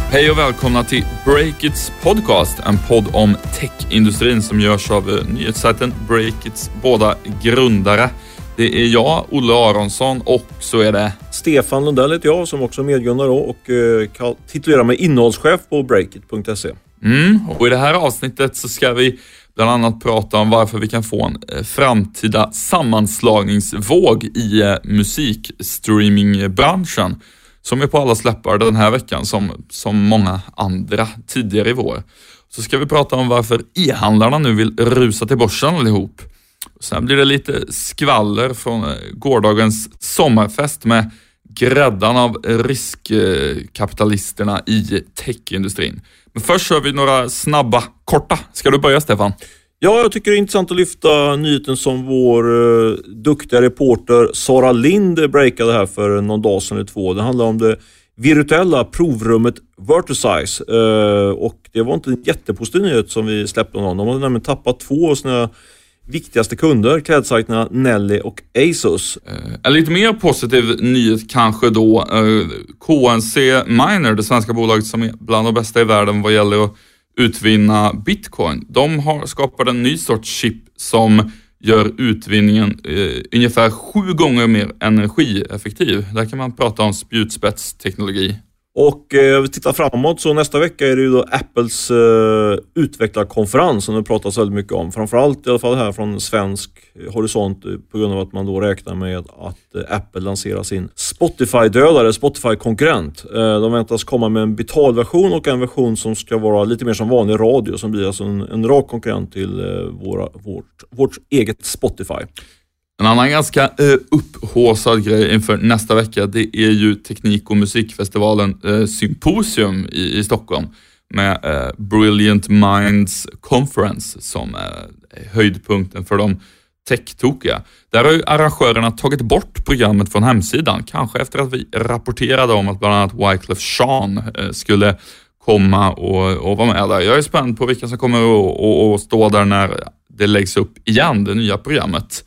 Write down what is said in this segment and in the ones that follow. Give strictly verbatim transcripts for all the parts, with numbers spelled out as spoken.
Hej och välkomna till Breakits podcast, en podd om techindustrin som görs av nyhetssajten Breakits båda grundare. Det är jag, Olle Aronsson, och så är det Stefan Lundell heter jag, som också är medgrundare och eh, titulerar mig innehållschef på breakit punkt se. Mm, och i det här avsnittet så ska vi bland annat prata om varför vi kan få en framtida sammanslagningsvåg i eh, musikstreamingbranschen som är på alla släppar den här veckan som, som många andra tidigare i vår. Så ska vi prata om varför e-handlarna nu vill rusa till börsen allihop. Sen blir det lite skvaller från gårdagens sommarfest med gräddan av riskkapitalisterna i techindustrin. Men först kör vi några snabba, korta. Ska du börja, Stefan? Ja, jag tycker det är intressant att lyfta nyheten som vår uh, duktiga reporter Sara Lind breakade här för någon dag sedan eller två. Det handlar om det virtuella provrummet Vertisize. Uh, och det var inte en jättepositiv nyhet som vi släppte om. De hade nämligen tappat två av sina viktigaste kunder, klädsajterna Nelly och ASOS. Uh, en lite mer positiv nyhet kanske då. Uh, K N C Miner, det svenska bolaget som är bland de bästa i världen vad gäller att utvinna bitcoin. De har skapat en ny sorts chip som gör utvinningen eh, ungefär sju gånger mer energieffektiv. Där kan man prata om spjutspetsteknologi. Och eh, vi tittar framåt, så nästa vecka är det ju då Apples eh, utvecklarkonferens som det pratas väldigt mycket om. Framförallt i alla fall här från svensk horisont på grund av att man då räknar med att eh, Apple lanserar sin Spotify-dödare, Spotify-konkurrent. Eh, de väntas komma med en betalversion och en version som ska vara lite mer som vanlig radio, som blir alltså en, en rak konkurrent till eh, våra, vårt, vårt eget Spotify. En annan ganska eh, upphåsad grej inför nästa vecka, det är ju teknik- och musikfestivalen eh, Symposium i, i Stockholm med eh, Brilliant Minds Conference som är höjdpunkten för de tech-tokiga. Där har ju arrangörerna tagit bort programmet från hemsidan, kanske efter att vi rapporterade om att bland annat Wyclef Jean eh, skulle komma och, och vara med där. Jag är spänd på vilka som kommer att och, och stå där när det läggs upp igen, det nya programmet.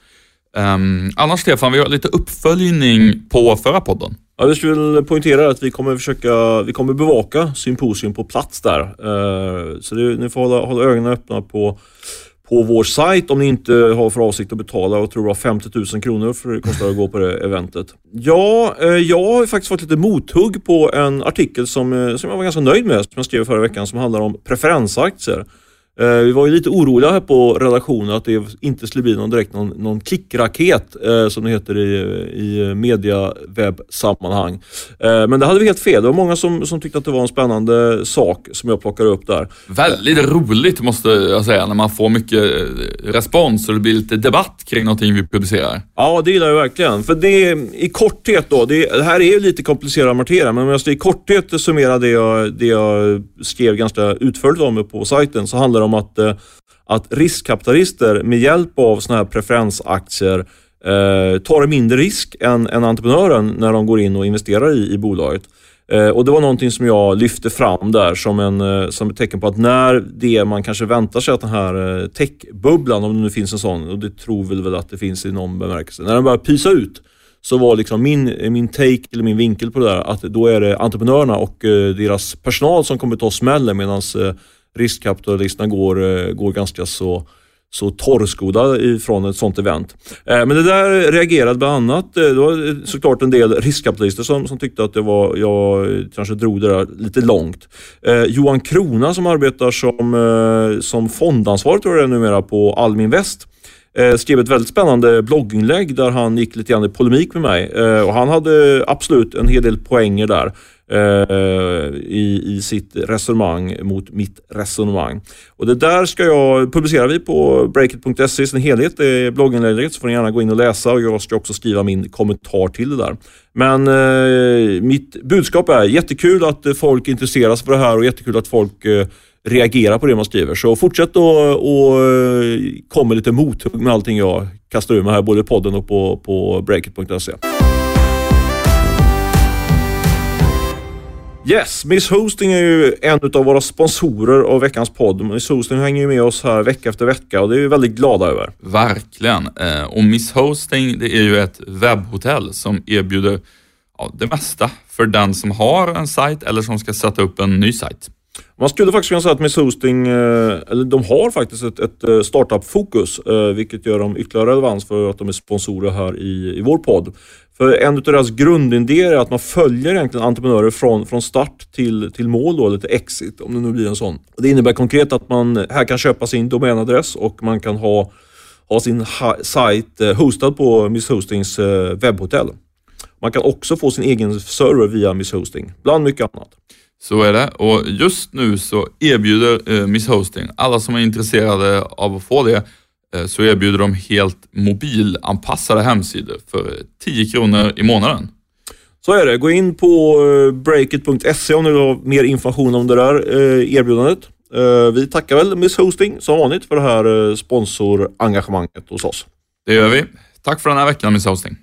Um, annars, Stefan, vi har lite uppföljning på förra podden. Ja, vi skulle poängtera att vi kommer försöka, vi kommer bevaka Symposium på plats där. Uh, så det, ni får hålla, hålla ögonen öppna på, på vår sajt om ni inte har för avsikt att betala och tror att femtio tusen kronor för det kostar att gå på det eventet. Ja, uh, jag har faktiskt fått lite mothugg på en artikel som, uh, som jag var ganska nöjd med, som jag skrev förra veckan, som handlar om preferensaktier. Uh, vi var ju lite oroliga här på redaktionen att det inte skulle bli någon direkt någon, någon klickraket uh, som det heter i, i media-webb-sammanhang. Uh, men det hade vi helt fel. Det var många som, som tyckte att det var en spännande sak som jag plockade upp där. Väldigt uh, roligt måste jag säga, när man får mycket respons och det blir lite debatt kring någonting vi publicerar. Ja, det gillar jag verkligen. För det i korthet då, det, det här är ju lite komplicerad materia, men om jag ska i korthet summera det jag, det jag skrev ganska utförligt om på sajten, så handlar det om att, att riskkapitalister med hjälp av såna här preferensaktier eh, tar mindre risk än, än entreprenören när de går in och investerar i, i bolaget. Eh, och det var någonting som jag lyfte fram där som, en, som ett tecken på att när det man kanske väntar sig att den här techbubblan, om det nu finns en sån, och det tror vi väl att det finns i någon bemärkelse, när den börjar pysa ut, så var liksom min, min take eller min vinkel på det där att då är det entreprenörerna och eh, deras personal som kommer ta smällen, medan eh, riskkapitalisterna går, går ganska så, så torrskodda ifrån ett sånt event. Men det där reagerade bland annat, det var såklart en del riskkapitalister som, som tyckte att det var, jag kanske drog det där lite långt. Eh, Johan Krona som arbetar som, eh, som fondansvarig tror jag numera på Alminvest, eh, skrev ett väldigt spännande blogginlägg där han gick lite grann i polemik med mig. Eh, och han hade absolut en hel del poänger där. Uh, i, i sitt resonemang mot mitt resonemang. Och det där ska jag publicera vi på breakit punkt se i sin helhet, det är blogginlägget, så får ni gärna gå in och läsa, och jag ska också skriva min kommentar till det där. Men uh, mitt budskap är jättekul att folk intresserar sig för det här och jättekul att folk uh, reagerar på det man skriver. Så fortsätt och, och uh, komma lite mothugg med allting jag kastar ur mig här, både i podden och på, på breakit punkt se. Yes, Miss Hosting är ju en av våra sponsorer av veckans podd. Miss Hosting hänger ju med oss här vecka efter vecka och det är vi väldigt glada över. Verkligen. Och Miss Hosting, det är ju ett webbhotell som erbjuder ja, det mesta för den som har en sajt eller som ska sätta upp en ny sajt. Man skulle faktiskt kunna säga att Miss Hosting, eller de har faktiskt ett, ett startup-fokus, vilket gör dem ytterligare relevans för att de är sponsorer här i, i vår podd. För en av deras grundidéer är att man följer egentligen entreprenörer från, från start till, till mål då, eller till exit, om det nu blir en sån. Det innebär konkret att man här kan köpa sin domänadress och man kan ha, ha sin ha, sajt hostad på Miss Hostings webbhotell. Man kan också få sin egen server via Miss Hosting, bland mycket annat. Så är det, och just nu så erbjuder eh, Miss Hosting, alla som är intresserade av att få det, eh, så erbjuder de helt mobilanpassade hemsidor för tio kronor i månaden. Så är det, gå in på breakit punkt se om ni vill ha mer information om det där eh, erbjudandet. Eh, vi tackar väl Miss Hosting som vanligt för det här eh, sponsorengagemanget hos oss. Det gör vi. Tack för den här veckan, Miss Hosting.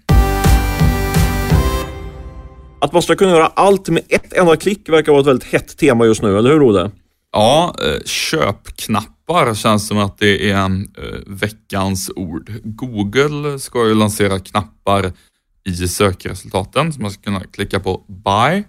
Att man ska kunna göra allt med ett enda klick verkar vara ett väldigt hett tema just nu, eller hur Rode? Ja, köpknappar känns som att det är veckans ord. Google ska ju lansera knappar i sökresultaten så man ska kunna klicka på buy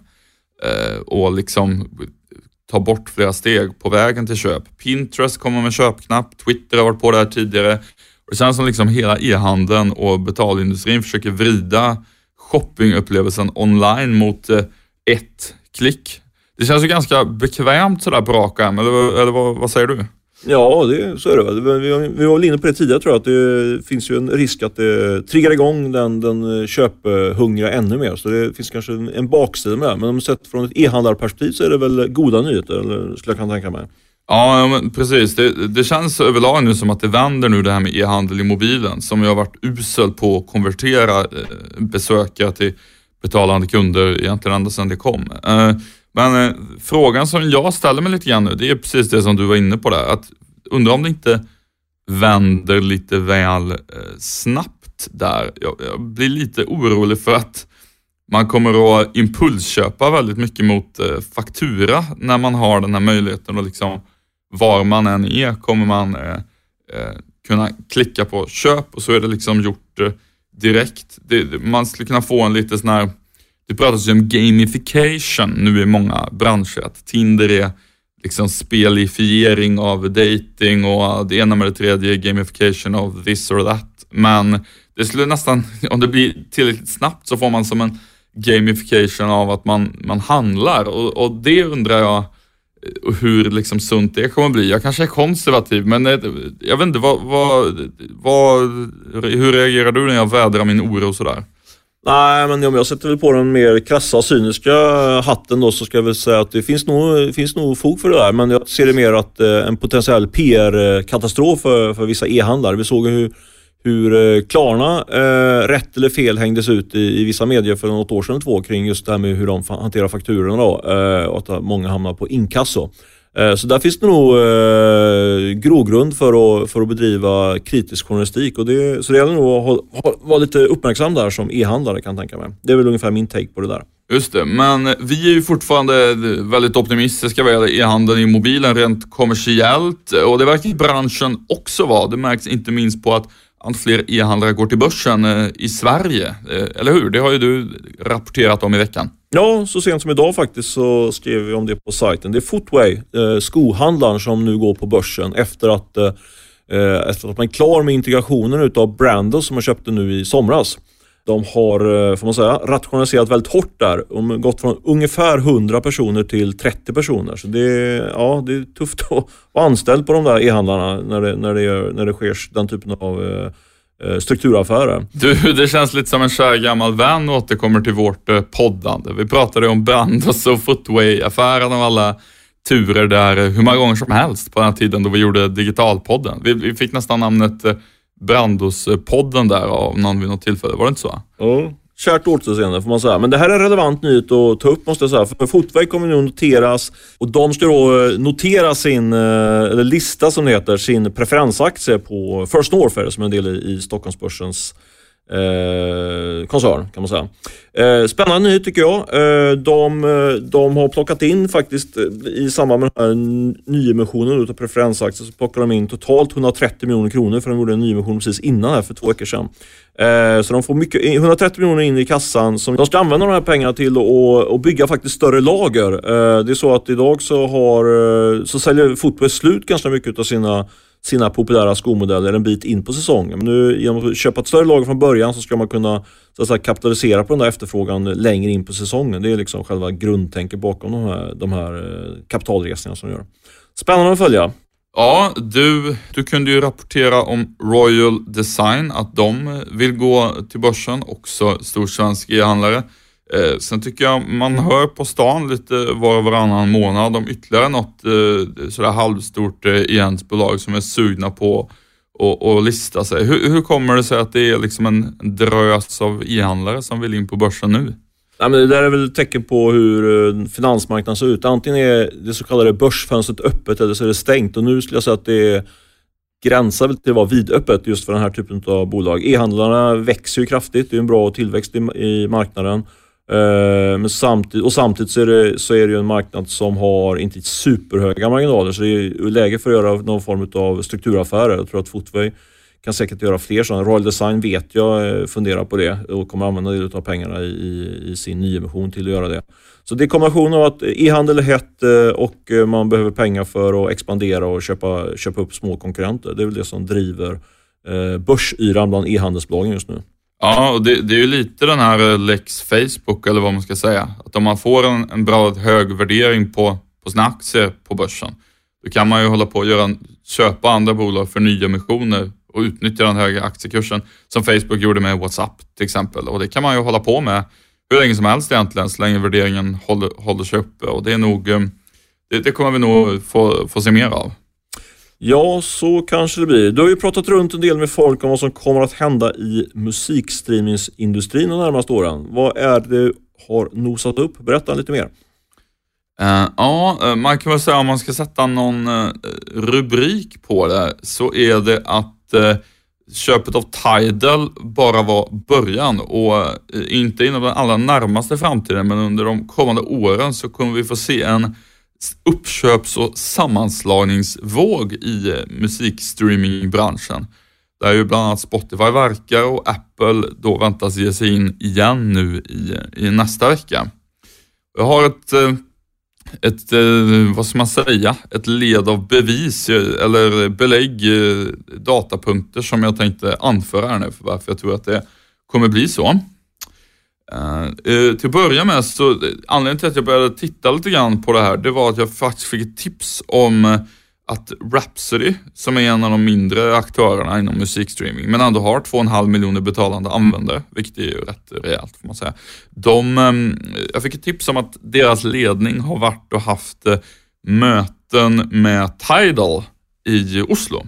och liksom ta bort flera steg på vägen till köp. Pinterest kommer med köpknapp, Twitter har varit på det här tidigare. Det känns som liksom hela e-handeln och betalindustrin försöker vrida shoppingupplevelsen online mot eh, ett klick. Det känns ju ganska bekvämt sådär på rak arm, eller, eller vad, vad säger du? Ja, det, så är det väl. Vi, vi var väl inne på det tidigare, tror jag, att det finns ju en risk att det triggar igång den, den köphungriga ännu mer. Så det finns kanske en, en baksida med det. Men om sett från ett e-handlarperspektiv så är det väl goda nyheter, eller skulle jag kunna tänka mig. Ja, men precis. Det, det känns överlag nu som att det vänder nu det här med e-handel i mobilen som ju har varit usel på att konvertera eh, besökare till betalande kunder egentligen ända sedan det kom. Eh, men eh, frågan som jag ställer mig lite grann nu, det är precis det som du var inne på där. Att undra om det inte vänder lite väl eh, snabbt där. Jag, jag blir lite orolig för att man kommer att impulsköpa väldigt mycket mot eh, faktura när man har den här möjligheten och liksom var man än är kommer man eh, eh, kunna klicka på köp och så är det liksom gjort eh, direkt. Det, man skulle kunna få en lite sån här, det pratas ju om gamification nu i många branscher, att Tinder är liksom spelifiering av dating och det ena med det tredje gamification av this or that. Men det skulle nästan, om det blir tillräckligt snabbt så får man som en gamification av att man, man handlar och, och det undrar jag hur liksom sunt det kommer bli. Jag kanske är konservativ, men jag vet inte, vad, vad, vad, hur reagerar du när jag vädrar min oro sådär? Nej, men om jag sätter väl på den mer krassa och cyniska hatten då, så ska jag väl säga att det finns nog, finns nog fog för det där. Men jag ser det mer att eh, en potentiell P R-katastrof för, för vissa e-handlare. Vi såg hur, hur Klarna eh, rätt eller fel hängdes ut i, i vissa medier för något år sedan två kring just det här med hur de hanterar fakturorna då, eh, och att många hamnar på inkasso. Eh, så där finns det nog eh, grogrund för att, för att bedriva kritisk journalistik och det, så det gäller nog att ha, ha, vara lite uppmärksam där som e-handlare, kan tänka mig. Det är väl ungefär min take på det där. Just det, men vi är ju fortfarande väldigt optimistiska vad gäller e-handeln i mobilen rent kommersiellt och det verkar branschen också vara. Det märks inte minst på att allt fler e-handlare går till börsen eh, i Sverige, eh, eller hur? Det har ju du rapporterat om i veckan. Ja, så sent som idag faktiskt så skrev vi om det på sajten. Det är Footway, eh, skohandlaren, som nu går på börsen efter att, eh, efter att man är klar med integrationen utav Brandos som man köpte nu i somras. De har, får man säga, rationaliserat väldigt hårt där. De har gått från ungefär hundra personer till trettio personer. Så det, ja, det är tufft att vara anställd på de där e-handlarna när det, när det, gör, när det sker den typen av eh, strukturaffärer. Du, det känns lite som en kär gammal vän återkommer till vårt eh, poddande. Vi pratade om Brandos och Footway-affären och alla turer där hur många gånger som helst på den här tiden då vi gjorde digitalpodden. Vi, vi fick nästan namnet eh, Brandos-podden där av någon vid något tillfälle, var det inte så? Ja, kärt återseende får man säga. Men det här är relevant nyhet att ta upp, måste jag säga. För Footway kommer nu noteras och de ska då notera sin, eller lista som det heter, sin preferensaktie på First North som är en del i Stockholmsbörsens eh, koncern kan man säga. Eh, spännande nyhet tycker jag. Eh, de, de har plockat in faktiskt i samband med den här nyemissionen utav preferensaktier så plockar de in totalt hundratrettio miljoner kronor för de gjorde en nyemission precis innan här för två veckor sedan. Eh, så de får mycket, hundratrettio miljoner in i kassan som de ska använda de här pengarna till och, och bygga faktiskt större lager. Eh, det är så att idag så har så säljer Footwear slut ganska mycket av sina sina populära skomodeller en bit in på säsongen. Men nu genom att köpa ett större lager från början så ska man kunna så att säga, kapitalisera på den där efterfrågan längre in på säsongen. Det är liksom själva grundtänket bakom de här, de här kapitalresningarna som gör. Spännande att följa. Ja, du, du kunde ju rapportera om Royal Design att de vill gå till börsen, också stor svensk e-handlare. Eh, sen tycker jag man hör på stan lite var och varannan månad om ytterligare något eh, sådär halvstort eh, e-handelsbolag som är sugna på att lista sig. Hur, hur kommer det sig att det är liksom en drös av e-handlare som vill in på börsen nu? Ja, men det där är väl ett tecken på hur finansmarknaden ser ut. Antingen är det så kallade börsfönstret öppet eller så är det stängt. Och nu skulle jag säga att det gränsar väl till att vara vidöppet just för den här typen av bolag. E-handlarna växer ju kraftigt. Det är en bra tillväxt i, i marknaden. Uh, men samtidigt, och samtidigt så är, det, så är det ju en marknad som har inte superhöga marginaler. Så det är läge för att göra någon form av strukturaffärer. Jag tror att Footway kan säkert göra fler sådana. Royal Design vet jag funderar på det och kommer använda en del av pengarna i, i, i sin nyemission till att göra det. Så det är kombination av att e-handel är hett och man behöver pengar för att expandera och köpa, köpa upp små konkurrenter. Det är väl det som driver eh, börsyran bland e-handelsbolagen just nu. Ja, och det, det är ju lite den här Lex Facebook eller vad man ska säga. Att om man får en, en bra hög värdering på, på sina aktier på börsen, då kan man ju hålla på att göra en, köpa andra bolag för nya emissioner och utnyttja den höga aktiekursen som Facebook gjorde med WhatsApp till exempel. Och det kan man ju hålla på med hur länge som helst egentligen, så länge värderingen håller, håller sig uppe. Och det är nog, det, det kommer vi nog få, få se mer av. Ja, så kanske det blir. Du har ju pratat runt en del med folk om vad som kommer att hända i musikstreamingsindustrin de närmaste åren. Vad är det du har nosat upp? Berätta lite mer. Uh, ja, man kan väl säga om man ska sätta någon uh, rubrik på det så är det att uh, köpet av Tidal bara var början och uh, inte inom den allra närmaste framtiden, men under de kommande åren så kommer vi få se en uppköps- och sammanslagningsvåg i uh, musikstreamingbranschen. Där ju bland annat Spotify verkar och Apple då väntas ge sig in igen nu i, i nästa vecka. Jag har ett uh, ett, vad ska man säga, ett led av bevis eller belägg, datapunkter som jag tänkte anföra här nu för varför jag tror att det kommer bli så. Uh, till att börja med så anledningen till att jag började titta lite grann på det här, det var att jag faktiskt fick ett tips om att Rhapsody, som är en av de mindre aktörerna inom musikstreaming, men ändå har två och en halv miljoner betalande användare, vilket är ju rätt rejält får man säga. De, jag fick ett tips om att deras ledning har varit och haft möten med Tidal i Oslo.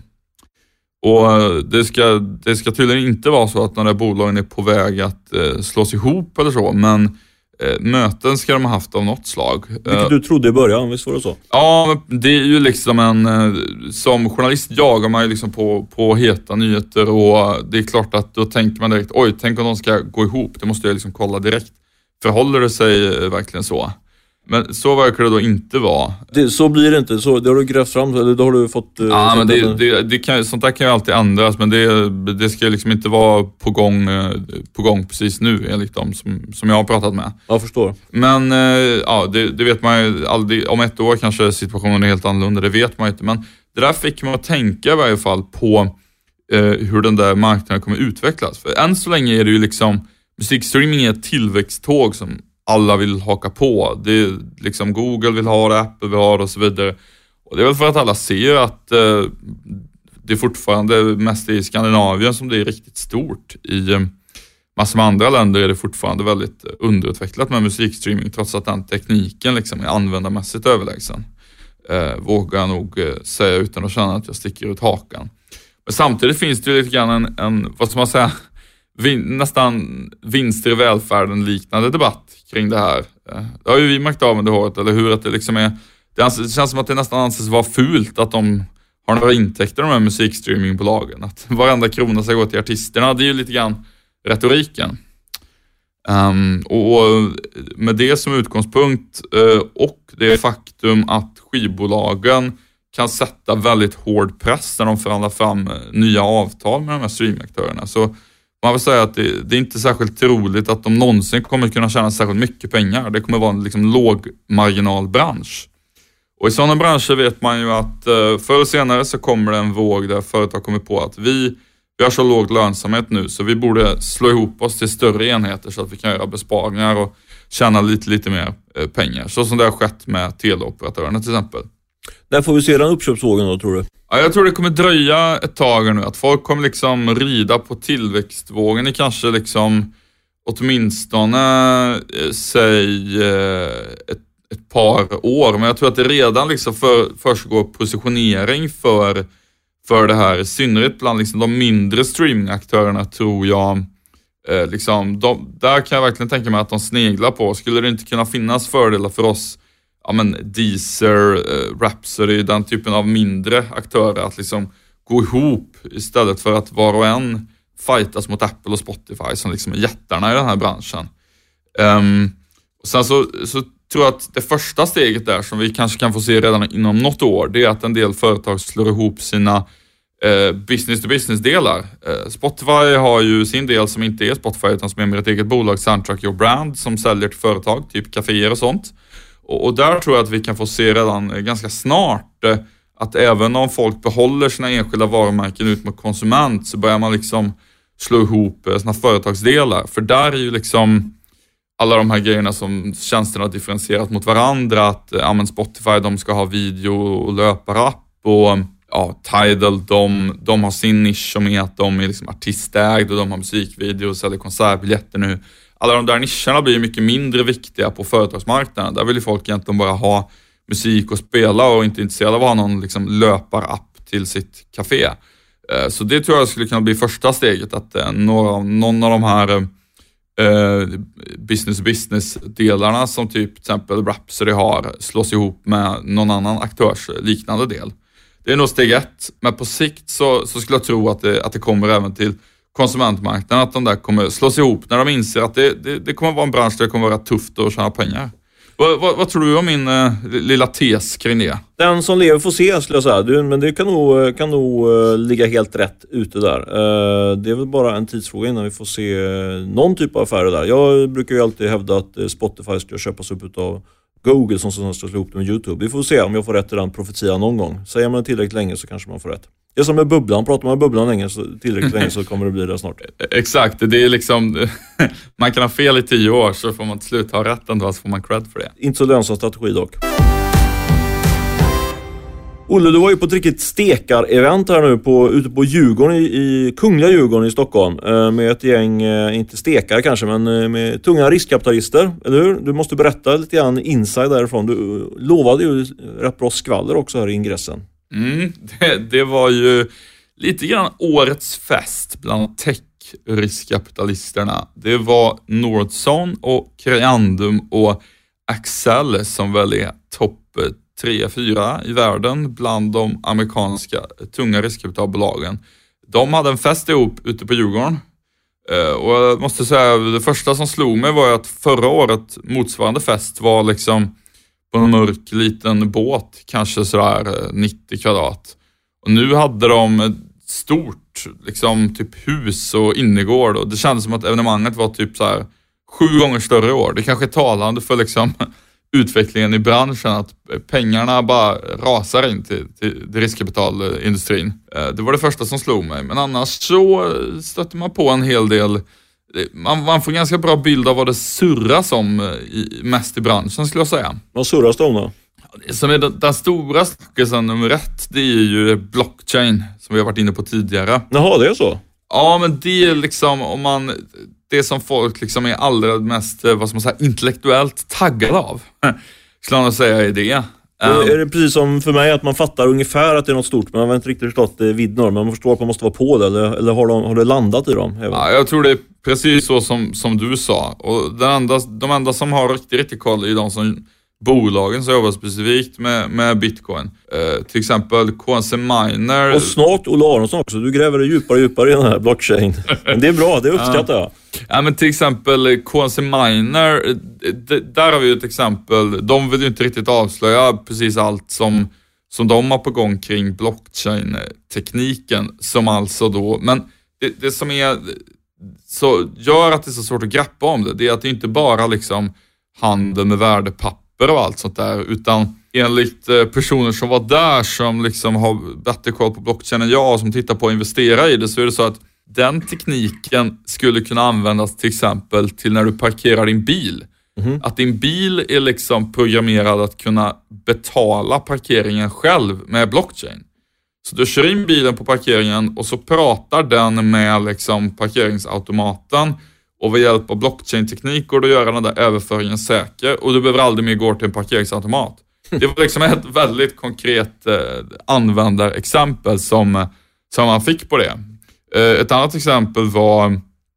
Och det ska, det ska tydligen inte vara så att några bolagen är på väg att slås ihop eller så, men möten ska de ha haft av något slag. Vilket du trodde i början, visst var det så? Ja, det är ju liksom en... Som journalist jagar man ju liksom på, på heta nyheter och det är klart att då tänker man direkt, oj, tänk om de ska gå ihop. Det måste jag liksom kolla direkt. Förhåller det sig verkligen så? Men så verkar det då inte vara. Det, så blir det inte. Så, det har du grävt fram, eller då har du fått... Ja, uh, men det, det, det kan, sånt där kan ju alltid ändras, men det, det ska liksom inte vara på gång, på gång precis nu enligt dem som, som jag har pratat med. Jag förstår. Men uh, ja, det, det vet man ju aldrig. Om ett år kanske situationen är helt annorlunda, det vet man ju inte. Men det där fick man att tänka i varje fall på uh, hur den där marknaden kommer utvecklas. För än så länge är det ju liksom, musikstreaming är ett tillväxttåg som alla vill haka på. Det är liksom Google vill ha det, Apple vill ha det och så vidare. Och det är väl för att alla ser att eh, det är fortfarande mest i Skandinavien som det är riktigt stort. I eh, massor med andra länder är det fortfarande väldigt underutvecklat med musikstreaming, trots att den tekniken liksom är användarmässigt överlägsen. Eh, vågar jag nog eh, säga utan att känna att jag sticker ut hakan. Men samtidigt finns det ju lite grann en, en vad ska man säga, Vin, nästan vinster i välfärden liknande debatt kring det här. Det har ju vi märkt av med det håret, eller hur? Att det liksom är, det, anses, det känns som att det nästan anses vara fult att de har några intäkter, de här musikstreamingbolagen. Att varenda krona ska gå till artisterna. Det är ju lite grann retoriken. Um, och med det som utgångspunkt uh, och det faktum att skivbolagen kan sätta väldigt hård press när de förhandlar fram nya avtal med de här streamaktörerna, så man vill säga att det, det är inte särskilt troligt att de någonsin kommer kunna tjäna särskilt mycket pengar. Det kommer vara en liksom lågmarginalbransch. Och i sådana branscher vet man ju att uh, förr och senare så kommer det en våg där företag kommer på att vi Vi har så låg lönsamhet nu så vi borde slå ihop oss till större enheter så att vi kan göra besparingar och tjäna lite, lite mer eh, pengar. Så som det har skett med teleoperatörerna till exempel. När får vi se den uppköpsvågen då, tror du? Ja, jag tror det kommer dröja ett tag nu. Att folk kommer liksom rida på tillväxtvågen i kanske liksom åtminstone eh, säg eh, ett, ett par år. Men jag tror att det redan liksom för, försiggår positionering för för det här, i synnerhet bland liksom de mindre streamingaktörerna tror jag, eh, liksom, de, där kan jag verkligen tänka mig att de sneglar på. Skulle det inte kunna finnas fördelar för oss, ja men Deezer, eh, Rhapsody, den typen av mindre aktörer att liksom gå ihop istället för att var och en fightas mot Apple och Spotify som liksom är jättarna i den här branschen. Um, och sen så, så tror jag att det första steget där som vi kanske kan få se redan inom något år, det är att en del företag slår ihop sina eh, business-to-business-delar. Eh, Spotify har ju sin del som inte är Spotify utan som är med ett eget bolag, Soundtrack Your Brand, som säljer till företag, typ kaféer och sånt. Och, och där tror jag att vi kan få se redan eh, ganska snart eh, att även om folk behåller sina enskilda varumärken ut mot konsument så börjar man liksom slå ihop eh, sina företagsdelar. För där är ju liksom alla de här grejerna som tjänsterna har differentierat mot varandra, att ja, Spotify de ska ha video och löparapp och ja, Tidal de, de har sin nisch som är att de är liksom artistägd och de har musikvideo och säljer konsertbiljetter nu. Alla de där nischerna blir mycket mindre viktiga på företagsmarknaden. Där vill ju folk egentligen bara ha musik och spela och inte intresserade av att ha någon liksom löparapp till sitt café. Så det tror jag skulle kunna bli första steget, att några, någon av de här Uh, business-business-delarna som typ till exempel Rhapsody har slås ihop med någon annan aktörs liknande del. Det är nog steg ett, men på sikt så, så skulle jag tro att det, att det kommer även till konsumentmarknaden, att de där kommer slås ihop när de inser att det, det, det kommer vara en bransch där det kommer vara tufft att tjäna pengar. Vad, vad, vad tror du om min uh, lilla tes kring det? Den som lever får se, skulle jag säga. Du, men det kan nog, kan nog uh, ligga helt rätt ute där. Uh, det är väl bara en tidsfråga innan vi får se uh, någon typ av affärer där. Jag brukar ju alltid hävda att uh, Spotify ska köpas upp av Google som ska slå ihop det med YouTube. Vi får se om jag får rätt i den profetian någon gång. Säger man tillräckligt länge så kanske man får rätt. Det är som med bubblan. Pratar man med bubblan länge så, tillräckligt länge så kommer det bli det snart. Exakt, det är liksom man kan ha fel i tio år så får man till slut ha rätt ändå, så får man cred för det. Inte så lönsam strategi dock. Olle, du var ju på ett riktigt stekar-event här nu på, ute på Djurgården i, i Kungliga Djurgården i Stockholm eh, med ett gäng, eh, inte stekare kanske, men eh, med tunga riskkapitalister, eller hur? Du måste berätta lite grann inside därifrån. Du uh, lovade ju rätt bra skvaller också här i ingressen. Mm, det, det var ju lite grann årets fest bland tech-riskkapitalisterna. Det var Northzone och Creandum och Accel som väl är topp tre, fyra i världen bland de amerikanska tunga riskkapitalbolagen. De hade en fest ihop ute på Djurgården. Och jag måste säga, det första som slog mig var att förra året motsvarande fest var liksom på en mörk liten båt, kanske sådär nittio kvadrat. Och nu hade de ett stort liksom typ hus och innergård, och det kändes som att evenemanget var typ så här sju gånger större i år. Det kanske är talande för liksom utvecklingen i branschen, att pengarna bara rasar in till, till, till riskkapitalindustrin. Det var det första som slog mig. Men annars så stötte man på en hel del. Man, man får en ganska bra bild av vad det surras om i, mest i branschen, skulle jag säga. Vad surras det om då? Det som är den, den stora snackisen nummer ett, det är ju blockchain som vi har varit inne på tidigare. Jaha, det är så? Ja, men det är liksom om man... Det som folk liksom är allra mest, vad ska man säga, intellektuellt taggade av, skulle jag säga är det. Um, är det precis som för mig att man fattar ungefär att det är något stort, men man har inte riktigt förstått vidden, men man förstår att man måste vara på det, eller, eller har, de, har det landat i dem? Ja, jag tror det är precis så som, som du sa. Och den enda, de enda som har riktigt, riktigt koll är de som bolagen som jobbar specifikt med, med Bitcoin. Uh, till exempel K N C Miner. Och snart Olle Aronsson också. Du gräver dig djupare och djupare i den här blockchain. Men det är bra, det uppskattar jag. Ja, men till exempel K N C Miner, där har vi ett exempel. De vill ju inte riktigt avslöja precis allt som, som de har på gång kring blockchain-tekniken. Som alltså då, men det, det som är så gör att det är så svårt att greppa om det, det är att det inte bara liksom handel med värdepapper och allt sånt där, utan enligt personer som var där som liksom har bättre koll på blockchain än jag, som tittar på att investera i det, så är det så att den tekniken skulle kunna användas till exempel till när du parkerar din bil. Mm. Att din bil är liksom programmerad att kunna betala parkeringen själv med blockchain. Så du kör in bilen på parkeringen och så pratar den med liksom parkeringsautomaten, och med hjälp av blockchain-teknik går det att göra den där överföringen säker, och du behöver aldrig mer gå till en parkeringsautomat. Det var liksom ett väldigt konkret eh, användarexempel som, som man fick på det. Eh, ett annat exempel var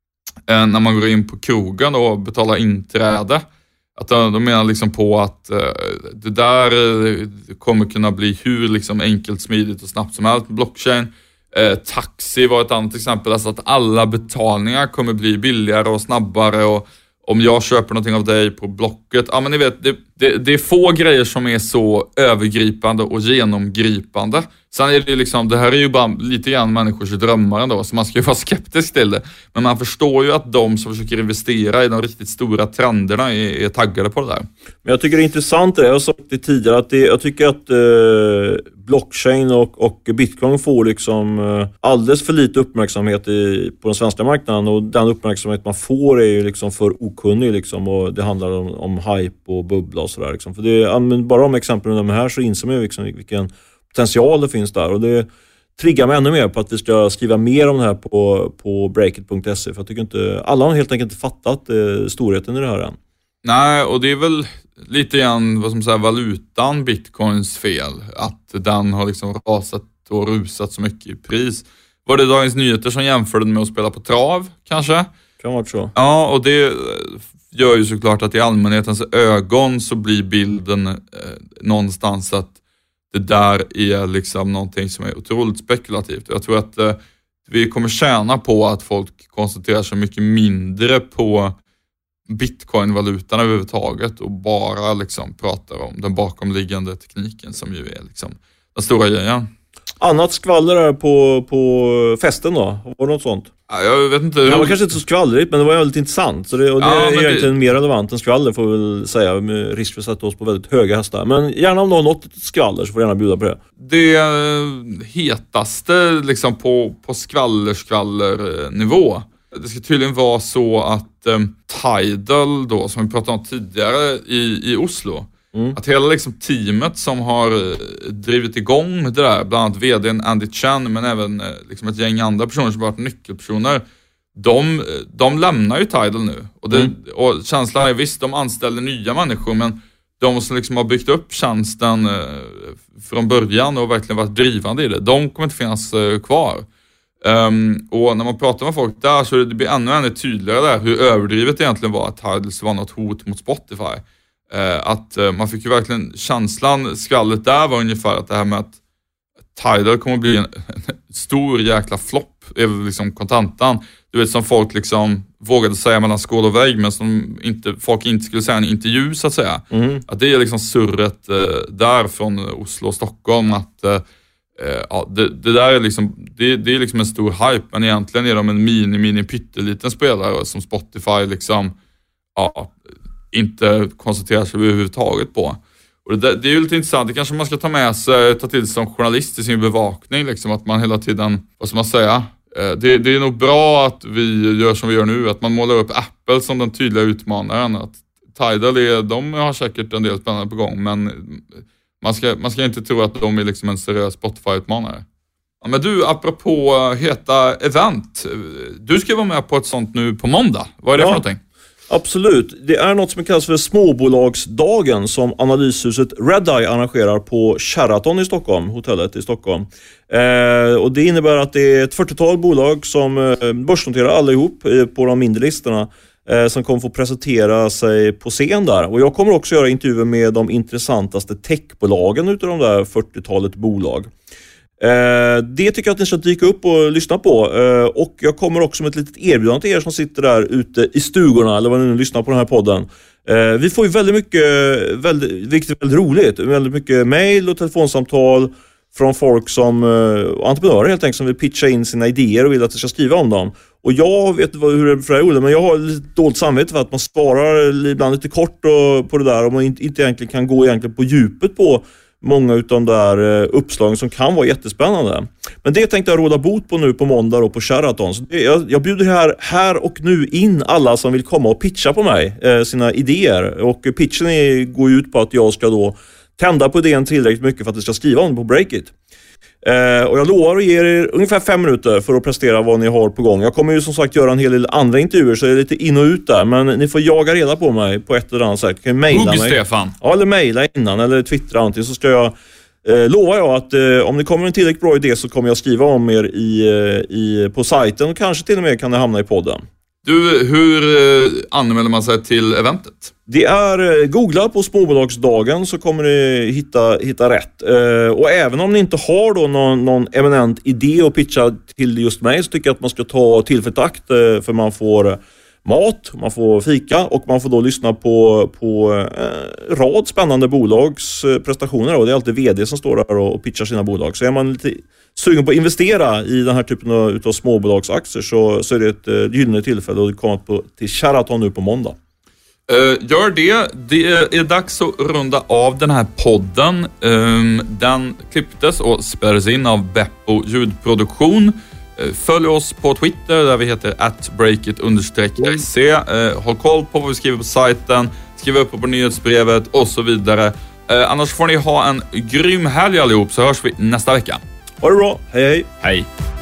eh, när man går in på krogen och betalar inträde. Att de, de menar liksom på att eh, det där eh, kommer kunna bli hur liksom enkelt, smidigt och snabbt som helst med blockchain. Eh, taxi var ett annat exempel. Alltså att alla betalningar kommer bli billigare och snabbare, och om jag köper någonting av dig på Blocket, ja men ni vet, det, det, det är få grejer som är så övergripande och genomgripande. Sen är det liksom, det här är ju bara lite grann människors drömmar ändå, så man ska ju vara skeptisk till det. Men man förstår ju att de som försöker investera i de riktigt stora trenderna är, är taggade på det där. Men jag tycker det är intressant det, jag har sagt det tidigare, att det, jag tycker att eh, blockchain och, och bitcoin får liksom eh, alldeles för lite uppmärksamhet i, på den svenska marknaden, och den uppmärksamhet man får är ju liksom för okunnig liksom, och det handlar om, om hype och bubbla och sådär liksom. För det är, bara om exemplen de här så inser man liksom vilken potential det finns där, och det triggar mig ännu mer på att vi ska skriva mer om det här på, på breakit punkt se, för jag tycker inte, alla har helt enkelt inte fattat eh, storheten i det här än. Nej, och det är väl lite grann vad som säger valutan bitcoins fel, att den har liksom rasat och rusat så mycket i pris. Var det Dagens Nyheter som jämförde med att spela på trav kanske? Kan vara så. Ja, och det gör ju såklart att i allmänhetens ögon så blir bilden eh, någonstans att det där är liksom någonting som är otroligt spekulativt. Jag tror att eh, vi kommer tjäna på att folk koncentrerar sig mycket mindre på bitcoin-valutan överhuvudtaget och bara liksom pratar om den bakomliggande tekniken som ju är liksom den stora grejen. Annat skvaller där på, på festen då? Var det något sånt? Ja, jag vet inte. Det var kanske inte så skvallrigt, men det var väldigt intressant. Så det, och det ja, är egentligen det... mer relevant än skvaller, får vi väl säga, med risk för att sätta oss på väldigt höga hästar. Men gärna om något skvaller så får jag gärna bjuda på det. Det hetaste liksom på, på skvaller-skvaller-nivå. Det ska tydligen vara så att um, Tidal då, som vi pratade om tidigare i, i Oslo, mm. att hela liksom teamet som har drivit igång det där, bland annat vdn Andy Chan, men även liksom ett gäng andra personer som har varit nyckelpersoner, de, de lämnar ju Tidal nu. Och, det, mm. och känslan är visst, de anställer nya människor, men de som liksom har byggt upp tjänsten eh, från början och verkligen varit drivande i det, de kommer inte finnas eh, kvar. Um, och när man pratar med folk där så det blir ännu ännu tydligare där hur överdrivet det egentligen var att Tidal var något hot mot Spotify. Uh, att uh, man fick ju verkligen känslan, skallet där var ungefär att det här med att Tidal kommer att bli en, en stor jäkla flopp är liksom kontantan. Du vet, som folk liksom vågade säga mellan skål och vägg, men som inte, folk inte skulle säga en intervju så att säga. Mm. Att det är liksom surret uh, där från Oslo och Stockholm att uh, ja, det, det där är liksom det, det är liksom en stor hype, men egentligen är de en mini mini pytteliten spelare som Spotify liksom ja, inte koncentrerar sig överhuvudtaget på. Och det, det är ju lite intressant, det kanske man ska ta med sig, ta till som journalist i sin bevakning liksom, att man hela tiden, vad ska man säga, det, det är nog bra att vi gör som vi gör nu, att man målar upp Apple som den tydliga utmanaren, att Tidal är, de har säkert en del spännande på gång, men Man ska, man ska inte tro att de är liksom en seriös Spotify-utmanare. Ja, men du, apropå heta event. Du ska vara med på ett sånt nu på måndag. Vad är det ja, för någonting? Absolut. Det är något som kallas för småbolagsdagen som analyshuset Redeye arrangerar på Sheraton i Stockholm, hotellet i Stockholm. Eh, och det innebär att det är ett fyrtiotal bolag som eh, börsnoterar allihop eh, på de mindre listorna, som kommer få presentera sig på scen där. Och jag kommer också göra intervjuer med de intressantaste techbolagen utav de där fyrtiotalet bolag. Eh, det tycker jag att ni ska dyka upp och lyssna på. Eh, och jag kommer också med ett litet erbjudande till er som sitter där ute i stugorna eller vad ni nu lyssnar på den här podden. Eh, vi får ju väldigt mycket, väldigt, vilket är väldigt roligt, väldigt mycket mejl och telefonsamtal från folk som eh, entreprenörer helt enkelt som vill pitcha in sina idéer och vill att jag ska skriva om dem. Och jag vet inte hur det är för det är, men jag har lite dåligt samvete för att man svarar ibland lite kort och, på det där och man inte, inte egentligen kan gå egentligen på djupet på många av de där eh, uppslagen som kan vara jättespännande. Men det tänkte jag råda bot på nu på måndag och på Sheraton. Så det, jag, jag bjuder här, här och nu in alla som vill komma och pitcha på mig eh, sina idéer. Och pitchen är, går ut på att jag ska då tända på idén tillräckligt mycket för att jag ska skriva om det på Breakit. Eh, och jag lovar att ge er ungefär fem minuter för att prestera vad ni har på gång. Jag kommer ju som sagt göra en hel del andra intervjuer så det är lite in och ut där. Men ni får jaga reda på mig på ett eller annat sätt. Kan mejla mig. Stefan. Ja, eller mejla innan eller twittra antingen så ska jag eh, lovar jag att eh, om det kommer en tillräckligt bra idé så kommer jag skriva om er i, eh, i, på sajten och kanske till och med kan det hamna i podden. Du, hur eh, anmäler man sig till eventet? Det är, eh, googla på småbolagsdagen så kommer ni hitta, hitta rätt. Eh, och även om ni inte har då någon, någon eminent idé att pitcha till just mig så tycker jag att man ska ta tillfälligt akt eh, för man får mat, man får fika och man får då lyssna på, på eh, rad spännande bolags eh, prestationer och det är alltid vd som står där och, och pitchar sina bolag. Så är man lite sugen på att investera i den här typen av utav småbolagsaktier så, så är det ett eh, gyllene tillfälle att komma på, till Sheraton nu på måndag. Uh, gör det. Det är dags att runda av den här podden. Um, den klipptes och spelades in av Beppo ljudproduktion. Uh, följ oss på Twitter där vi heter at breakit understreck se. Uh, håll koll på vad vi skriver på sajten. Skriv upp på nyhetsbrevet och så vidare. Uh, annars får ni ha en grym helg allihop så hörs vi nästa vecka. Ha det bra. Hej hej. Hej.